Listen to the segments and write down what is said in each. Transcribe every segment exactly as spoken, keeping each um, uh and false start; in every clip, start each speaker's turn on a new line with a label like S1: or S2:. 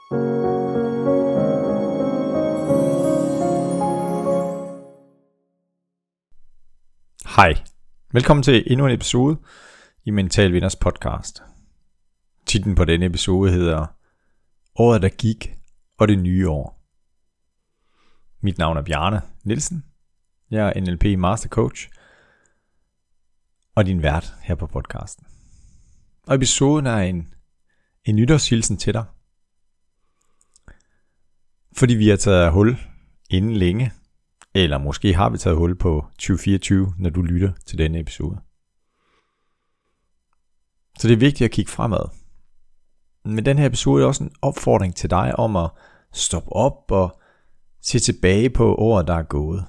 S1: Hej, velkommen til endnu en episode i Mental Vinders podcast. Titlen på denne episode hedder Året der gik og det nye år. Mit navn er Bjarne Nielsen. Jeg er N L P Master Coach og din vært her på podcasten. Og episoden er en, en nytårshilsen til dig. Fordi vi har taget hul inden længe, eller måske har vi taget hul på tyve fireogtyve, når du lytter til denne episode. Så det er vigtigt at kigge fremad. Men den her episode er også en opfordring til dig om at stoppe op og se tilbage på året, der er gået.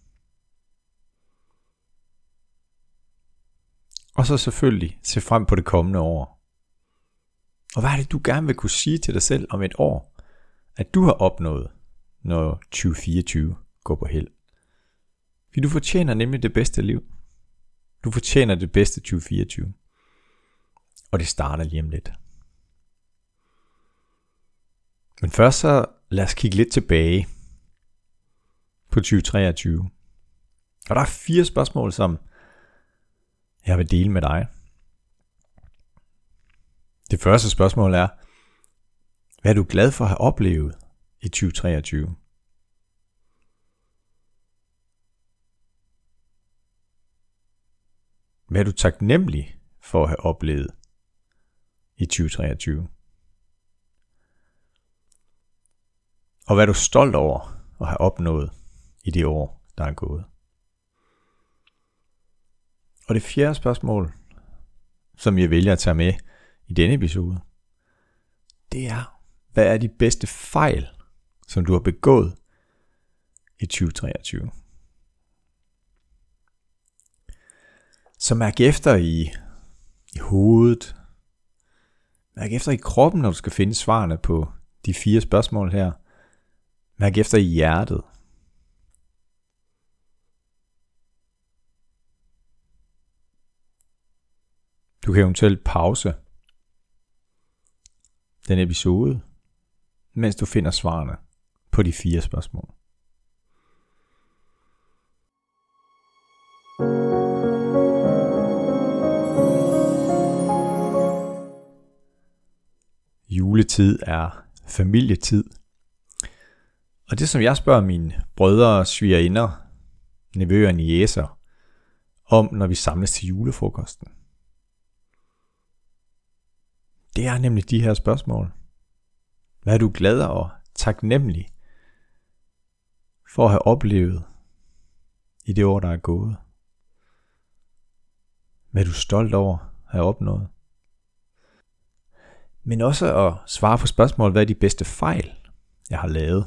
S1: Og så selvfølgelig se frem på det kommende år. Og hvad er det, du gerne vil kunne sige til dig selv om et år, at du har opnået, når tyve fireogtyve går på held? Fordi du fortjener nemlig det bedste liv. Du fortjener det bedste tyve fireogtyve. Og det starter lige om lidt. Men først så lad os kigge lidt tilbage på tyve treogtyve. Og der er fire spørgsmål, som jeg vil dele med dig. Det første spørgsmål er, hvad er du glad for at have oplevet i tyve treogtyve? Hvad er du taknemmelig for at have oplevet i tyve treogtyve? Og hvad er du stolt over at have opnået i det år, der er gået? Og det fjerde spørgsmål, som jeg vælger at tage med i denne episode, det er, hvad er de bedste fejl, som du har begået i tyve treogtyve? Så mærk efter i, i hovedet, mærk efter i kroppen, når du skal finde svarene på de fire spørgsmål her. Mærk efter i hjertet. Du kan eventuelt pause den episode, mens du finder svarene på de fire spørgsmål. Juletid er familietid. Og det som jeg spørger mine brødre, svigerinder, nevøer og niecer om, når vi samles til julefrokosten, det er nemlig de her spørgsmål. Hvad er du glad og taknemmelig for at have oplevet i det år, der er gået? Hvad er du stolt over at have opnået? Men også at svare på spørgsmål, hvad er de bedste fejl, jeg har lavet?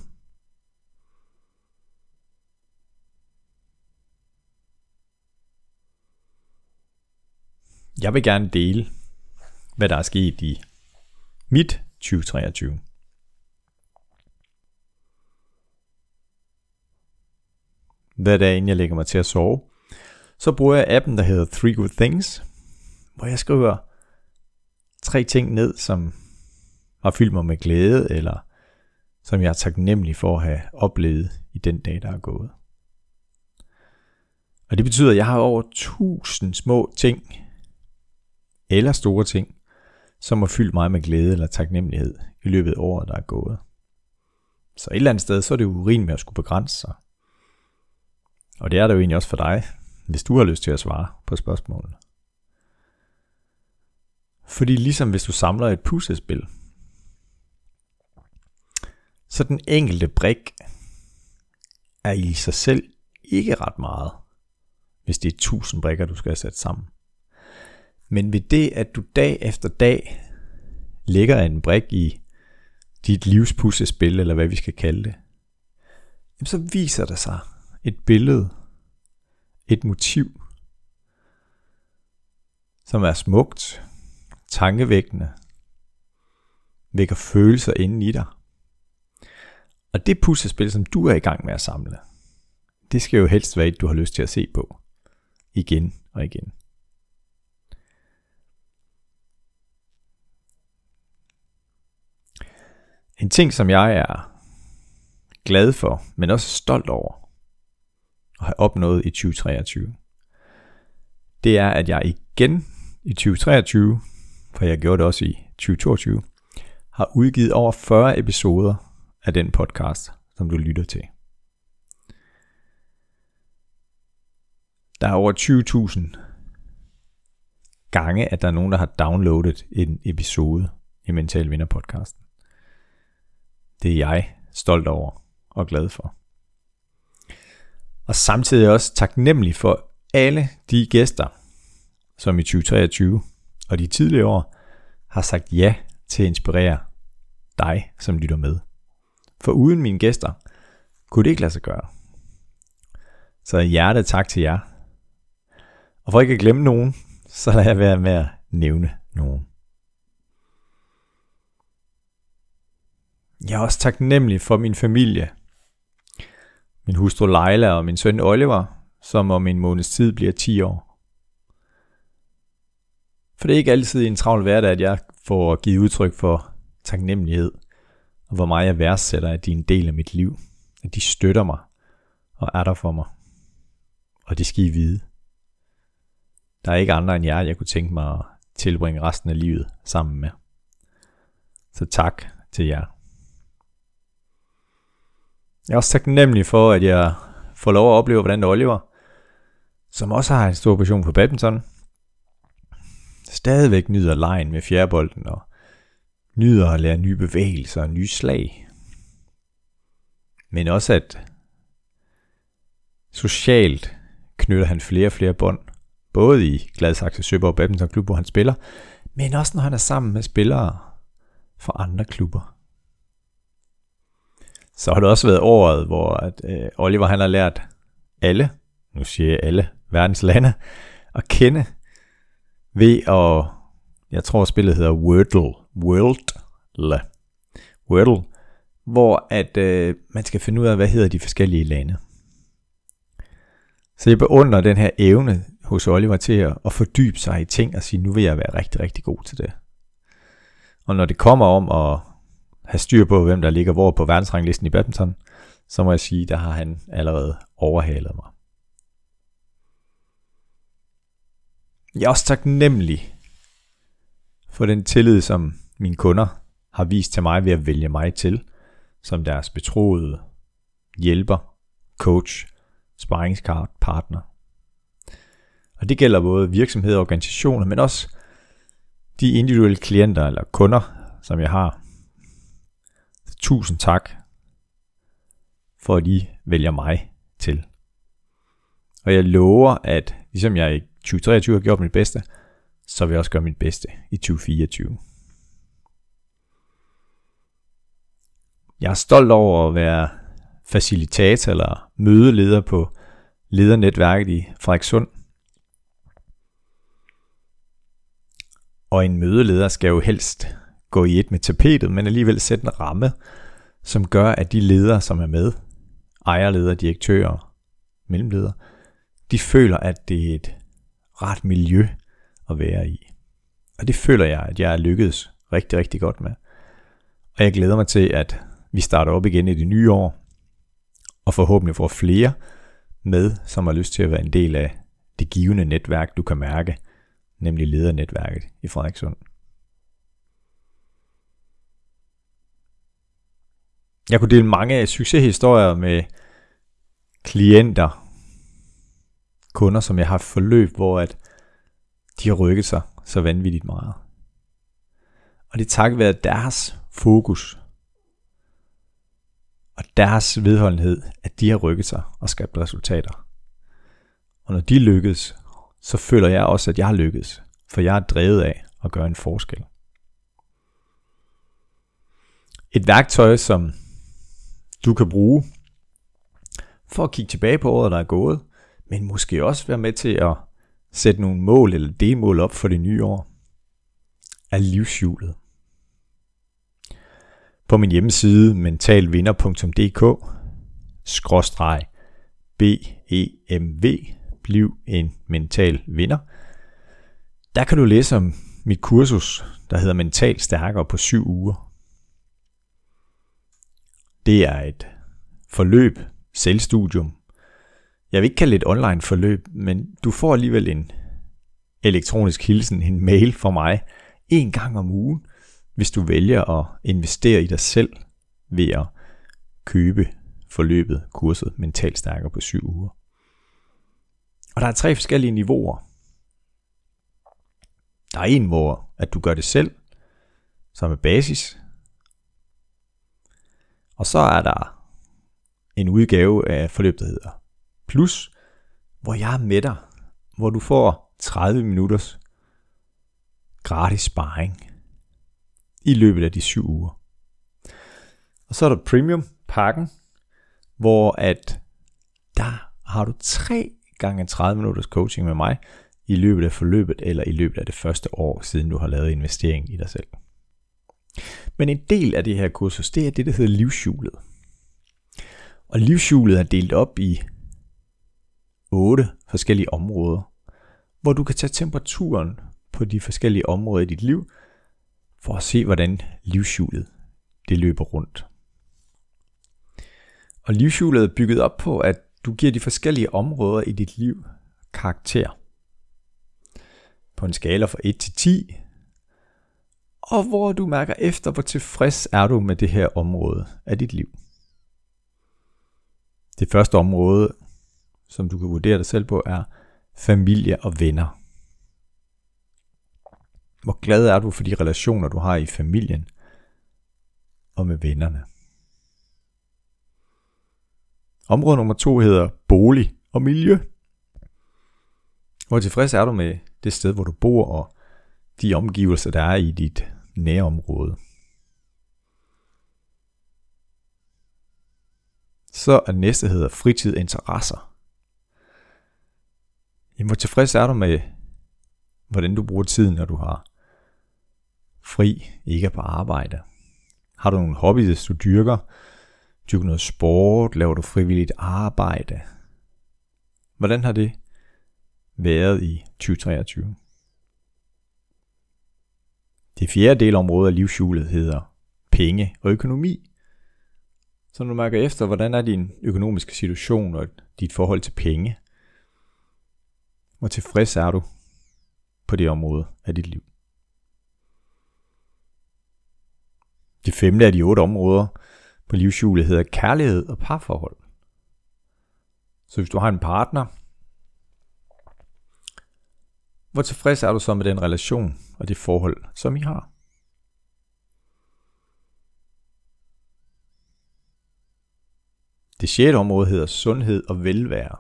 S1: Jeg vil gerne dele, hvad der er sket i mit tyve treogtyve. Hver dag inden jeg lægger mig til at sove, så bruger jeg appen, der hedder Three Good Things, hvor jeg skriver tre ting ned, som har fyldt mig med glæde, eller som jeg er taknemmelig for at have oplevet i den dag, der er gået. Og det betyder, at jeg har over tusind små ting, eller store ting, som har fyldt mig med glæde eller taknemmelighed i løbet af året, der er gået. Så et eller andet sted, så er det urimeligt at skulle begrænse sig. Og det er det jo egentlig også for dig, hvis du har lyst til at svare på spørgsmålene. Fordi ligesom hvis du samler et puslespil, så den enkelte brik er i sig selv ikke ret meget, hvis det er tusind brikker, du skal have sat sammen. Men ved det, at du dag efter dag lægger en brik i dit livs puslespil, eller hvad vi skal kalde det, så viser der sig et billede, et motiv, som er smukt, tankevækkende, vækker følelser inden i dig. Og det puslespil, som du er i gang med at samle, det skal jo helst være et, du har lyst til at se på igen og igen. En ting, som jeg er glad for, men også stolt over at have opnået i tyve treogtyve, det er, at jeg igen i tyve treogtyve, for jeg gjorde det også i tyve toogtyve, har udgivet over fyrre episoder af den podcast, som du lytter til. Der er over tyve tusind gange, at der er nogen, der har downloadet en episode i Mental Vinder podcasten. Det er jeg stolt over og glad for. Og samtidig også taknemmelig for alle de gæster, som i tyve treogtyve og de tidligere år har sagt ja til at inspirere dig, som lytter med. For uden mine gæster kunne det ikke lade sig gøre. Så hjertet tak til jer. Og for ikke at glemme nogen, så lader jeg være med at nævne nogen. Jeg er også taknemmelig for min familie. Min hustru Leila og min søn Oliver, som om en måneds tid bliver ti år. For det er ikke altid i en travl hverdag, at jeg får givet udtryk for taknemmelighed, og hvor meget jeg værdsætter, at de er en del af mit liv. At de støtter mig og er der for mig. Og det skal I vide. Der er ikke andre end jer, jeg kunne tænke mig at tilbringe resten af livet sammen med. Så tak til jer. Jeg er også taknemmelig for, at jeg får lov at opleve, hvordan Oliver, som også har en stor passion for badminton, stadigvæk nyder legen med fjerbolden og nyder at lære nye bevægelser og nye slag. Men også at socialt knytter han flere og flere bånd, både i Gladsaxe Søborg Badminton Klub, hvor han spiller, men også når han er sammen med spillere fra andre klubber. Så har det også været året, hvor at, øh, Oliver han har lært alle, nu siger jeg alle verdens lande, at kende ved at, jeg tror spillet hedder Wordle, Wordle, Wordle, hvor at øh, man skal finde ud af, hvad hedder de forskellige lande. Så jeg beundrer den her evne hos Oliver til at, at fordybe sig i ting og sige, nu vil jeg være rigtig, rigtig god til det. Og når det kommer om at have styr på, hvem der ligger hvor på verdensranglisten i badminton, så må jeg sige, der har han allerede overhalet mig. Jeg er også taknemmelig for den tillid, som mine kunder har vist til mig ved at vælge mig til, som deres betroede hjælper, coach, sparringspartner. Og det gælder både virksomheder og organisationer, men også de individuelle klienter eller kunder, som jeg har. Tusind tak for at I vælger mig til. Og jeg lover, at ligesom jeg i tyve treogtyve har gjort mit bedste, så vil jeg også gøre mit bedste i tyve fireogtyve. Jeg er stolt over at være facilitator eller mødeleder på ledernetværket i Frederikssund. Og en mødeleder skal jo helst gå i et med tapetet, men alligevel sætte en ramme, som gør, at de ledere, som er med, ejerledere, direktører, mellemledere, de føler, at det er et ret miljø at være i. Og det føler jeg, at jeg er lykkedes rigtig, rigtig godt med. Og jeg glæder mig til, at vi starter op igen i det nye år, og forhåbentlig får flere med, som har lyst til at være en del af det givende netværk, du kan mærke, nemlig ledernetværket i Frederikssund. Jeg kunne dele mange succeshistorier med klienter, kunder, som jeg har haft forløb, hvor at de har rykket sig så vanvittigt meget. Og det er takket være deres fokus og deres vedholdenhed, at de har rykket sig og skabt resultater. Og når de lykkes, så føler jeg også, at jeg har lykkes, for jeg er drevet af at gøre en forskel. Et værktøj, som du kan bruge for at kigge tilbage på året, der er gået, men måske også være med til at sætte nogle mål eller delmål op for det nye år, er livshjulet. På min hjemmeside mentalvinder punktum d k skråstreg B E M V bliv en mental vinder. Der kan du læse om mit kursus, der hedder Mental Stærkere på syv uger. Det er et forløb, selvstudium. Jeg vil ikke kalde det et online forløb, men du får alligevel en elektronisk hilsen, en mail fra mig, en gang om ugen, hvis du vælger at investere i dig selv ved at købe forløbet, kurset Mentalt Stærkere på syv uger. Og der er tre forskellige niveauer. Der er en, hvor at du gør det selv, som er basis. Og så er der en udgave af forløbet, der hedder Plus, hvor jeg er med dig, hvor du får tredive minutters gratis sparring i løbet af de syv uger. Og så er der Premium pakken, hvor at der har du tre gange tredive minutters coaching med mig i løbet af forløbet eller i løbet af det første år, siden du har lavet investering i dig selv. Men en del af det her kursus, det er det, der hedder livshjulet. Og livshjulet er delt op i otte forskellige områder, hvor du kan tage temperaturen på de forskellige områder i dit liv, for at se, hvordan livshjulet det løber rundt. Og livshjulet er bygget op på, at du giver de forskellige områder i dit liv karakter. På en skala fra et til ti, og hvor du mærker efter, hvor tilfreds er du med det her område af dit liv. Det første område, som du kan vurdere dig selv på, er familie og venner. Hvor glad er du for de relationer, du har i familien og med vennerne. Område nummer to hedder bolig og miljø. Hvor tilfreds er du med det sted, hvor du bor, og de omgivelser, der er i dit nærområde. Så er næste hedder fritid og interesser. Jamen, hvor tilfreds er du med, hvordan du bruger tiden, når du har fri, ikke er på arbejde? Har du nogle hobbyer, du dyrker? Dyrker noget sport? Laver du frivilligt arbejde? Hvordan har det været i tyve treogtyve? Det fjerde delområde af livshjulet hedder penge og økonomi. Så når du mærker efter, hvordan er din økonomiske situation og dit forhold til penge, hvor tilfreds er du på det område af dit liv. Det femte af de otte områder på livshjulet hedder kærlighed og parforhold. Så hvis du har en partner, hvor tilfreds er du så med den relation og det forhold, som I har? Det sjette område hedder sundhed og velvære.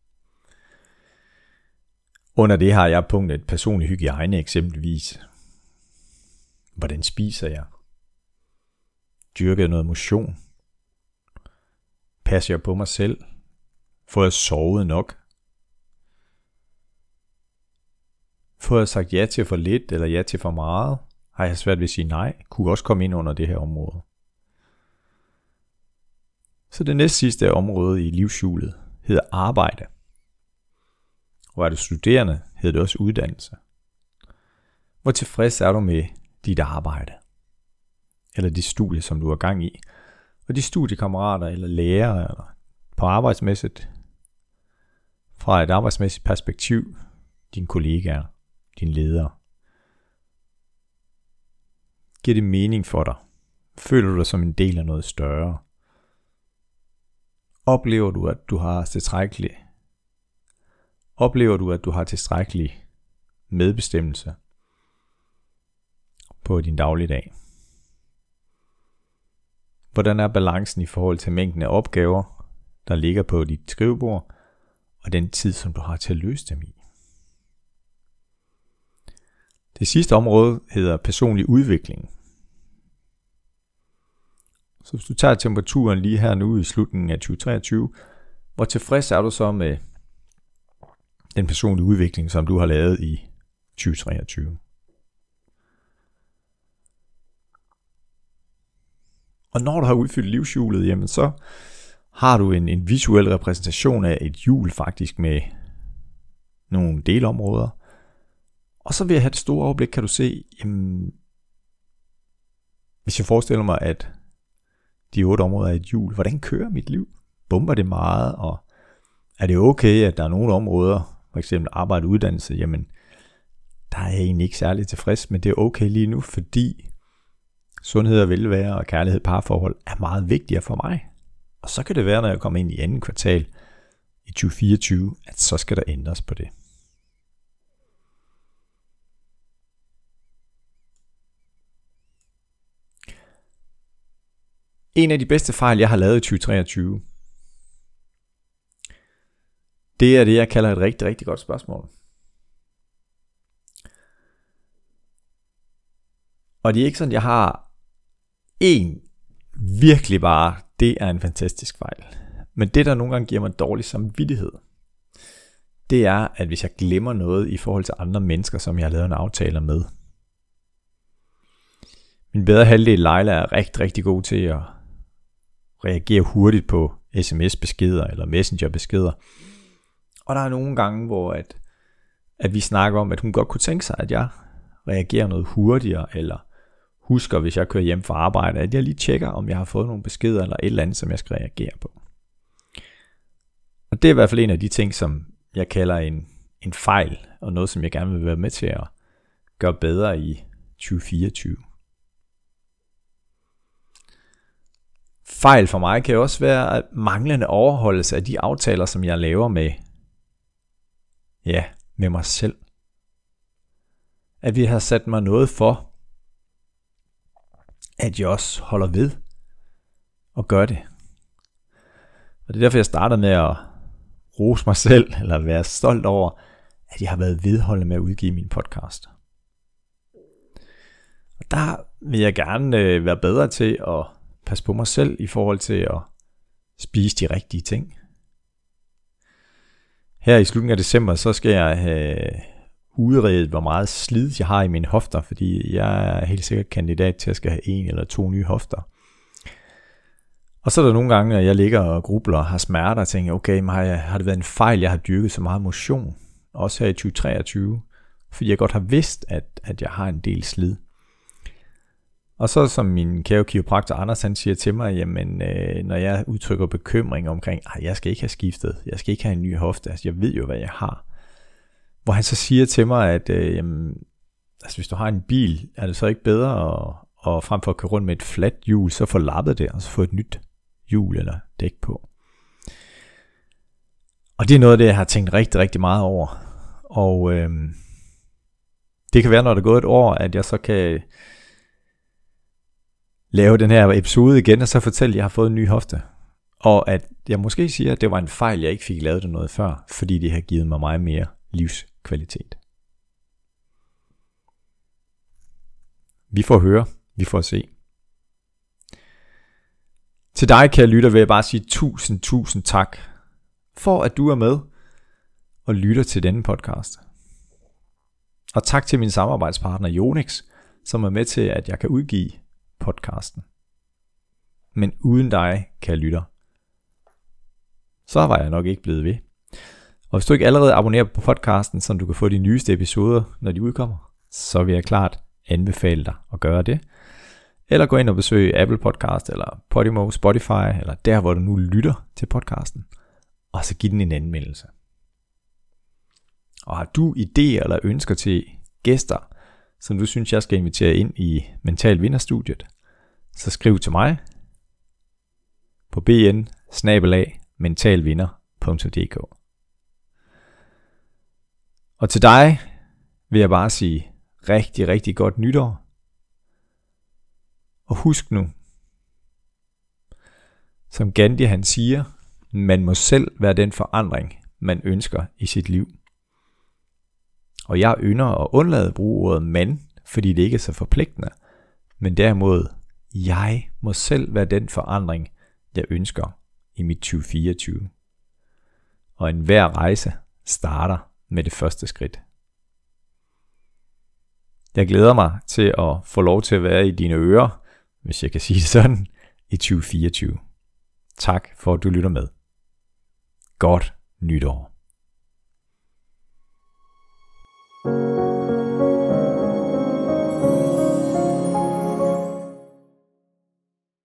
S1: Under det har jeg punktet personlig hygiejne eksempelvis. Hvordan spiser jeg? Dyrker jeg noget motion? Passer jeg på mig selv? Får jeg sovet nok? Får jeg sagt ja til for lidt eller ja til for meget? Har jeg svært ved at sige nej? Kunne også komme ind under det her område. Så det næst sidste område i livshjulet hedder arbejde. Og er du studerende, hedder det også uddannelse. Hvor tilfreds er du med dit arbejde? Eller de studier, som du er gang i? Og de studiekammerater eller lærere eller på arbejdsmæssigt, fra et arbejdsmæssigt perspektiv, dine kollegaer, dine ledere. Giver det mening for dig? Føler du dig som en del af noget større? Oplever du, at du har tilstrækkelig Oplever du, at du har tilstrækkelig medbestemmelse på din dagligdag? Hvordan er balancen i forhold til mængden af opgaver, der ligger på dit skrivebord, og den tid, som du har til at løse dem i? Det sidste område hedder personlig udvikling. Så hvis du tager temperaturen lige her nu i slutningen af tyve treogtyve, hvor tilfreds er du så med den personlige udvikling, som du har lavet i tyve treogtyve? Og når du har udfyldt livshjulet, jamen så har du en, en visuel repræsentation af et hjul faktisk med nogle delområder. Og så ved at have det store overblik, kan du se, jamen, hvis jeg forestiller mig, at de otte områder af et hjul. Hvordan kører mit liv? Bomber det meget? Og er det okay, at der er nogle områder, for eksempel arbejde og uddannelse, jamen der er jeg egentlig ikke særlig tilfreds, men det er okay lige nu, fordi sundhed og velvære og kærlighed, parforhold er meget vigtigere for mig. Og så kan det være, når jeg kommer ind i anden kvartal i tyve fireogtyve, at så skal der ændres på det. En af de bedste fejl, jeg har lavet i tyve treogtyve, det er det, jeg kalder et rigtig, rigtig godt spørgsmål. Og det er ikke sådan, jeg har en virkelig bare, det er en fantastisk fejl. Men det, der nogle gange giver mig dårlig samvittighed, det er, at hvis jeg glemmer noget i forhold til andre mennesker, som jeg har lavet en aftale med. Min bedre halvdel, Leila, er rigtig, rigtig god til at reagere hurtigt på sms-beskeder eller messenger-beskeder. Og der er nogle gange, hvor at, at vi snakker om, at hun godt kunne tænke sig, at jeg reagerer noget hurtigere, eller husker, hvis jeg kører hjem fra arbejde, at jeg lige tjekker, om jeg har fået nogle beskeder, eller et eller andet, som jeg skal reagere på. Og det er i hvert fald en af de ting, som jeg kalder en, en fejl, og noget, som jeg gerne vil være med til at gøre bedre i tyve fireogtyve. Fejl for mig kan også være manglende overholdelse af de aftaler, som jeg laver med, ja, med mig selv. At vi har sat mig noget for, at jeg også holder ved og gør det. Og det er derfor, jeg startede med at rose mig selv, eller være stolt over, at jeg har været vedholdende med at udgive min podcast. Og der vil jeg gerne øh, være bedre til at passe på mig selv i forhold til at spise de rigtige ting. Her i slutningen af december, så skal jeg have udredet, hvor meget slid jeg har i mine hofter, fordi jeg er helt sikkert kandidat til at skal have en eller to nye hofter. Og så er der nogle gange, at jeg ligger og grubler og har smerter og tænker, okay, har, jeg, har det været en fejl, jeg har dyrket så meget motion, også her i tyve treogtyve, fordi jeg godt har vidst, at, at jeg har en del slid. Og så som min kære kiropraktor Anders, han siger til mig, jamen øh, når jeg udtrykker bekymring omkring, at jeg skal ikke have skiftet, jeg skal ikke have en ny hofte, altså jeg ved jo, hvad jeg har. Hvor han så siger til mig, at øh, jamen, altså, hvis du har en bil, er det så ikke bedre at, at frem for at køre rundt med et fladt hjul, så få lappet det, og så få et nyt hjul eller dæk på. Og det er noget af det, jeg har tænkt rigtig, rigtig meget over. Og øh, det kan være, når det er gået et år, at jeg så kan lave den her episode igen, og så fortælle, at jeg har fået en ny hofte. Og at jeg måske siger, at det var en fejl, jeg ikke fik lavet det noget før, fordi det har givet mig meget mere livskvalitet. Vi får høre, vi får se. Til dig, kære lytter, vil jeg bare sige tusind, tusind tak, for at du er med og lytter til denne podcast. Og tak til min samarbejdspartner Yonex, som er med til, at jeg kan udgive podcasten. Men uden dig, kære lytter, så var jeg nok ikke blevet ved. Og hvis du ikke allerede abonnerer på podcasten, så du kan få de nyeste episoder, når de udkommer, så vil jeg klart anbefale dig at gøre det. Eller gå ind og besøge Apple Podcast, eller Podimo, Spotify, eller der, hvor du nu lytter til podcasten. Og så giv den en anmeldelse. Og har du idéer eller ønsker til gæster, som du synes, jeg skal invitere ind i Mental Vinderstudiet, så skriv til mig på b n bindestreg mentalvinder punktum d k. Og til dig vil jeg bare sige rigtig, rigtig godt nytår. Og husk nu, som Gandhi han siger, man må selv være den forandring, man ønsker i sit liv. Og jeg ynder at undlade at bruge ordet mand, fordi det ikke er så forpligtende, men derimod, jeg må selv være den forandring, jeg ønsker i mit tyve fireogtyve. Og enhver rejse starter med det første skridt. Jeg glæder mig til at få lov til at være i dine ører, hvis jeg kan sige det sådan, i tyve fireogtyve. Tak for at du lytter med. Godt nytår.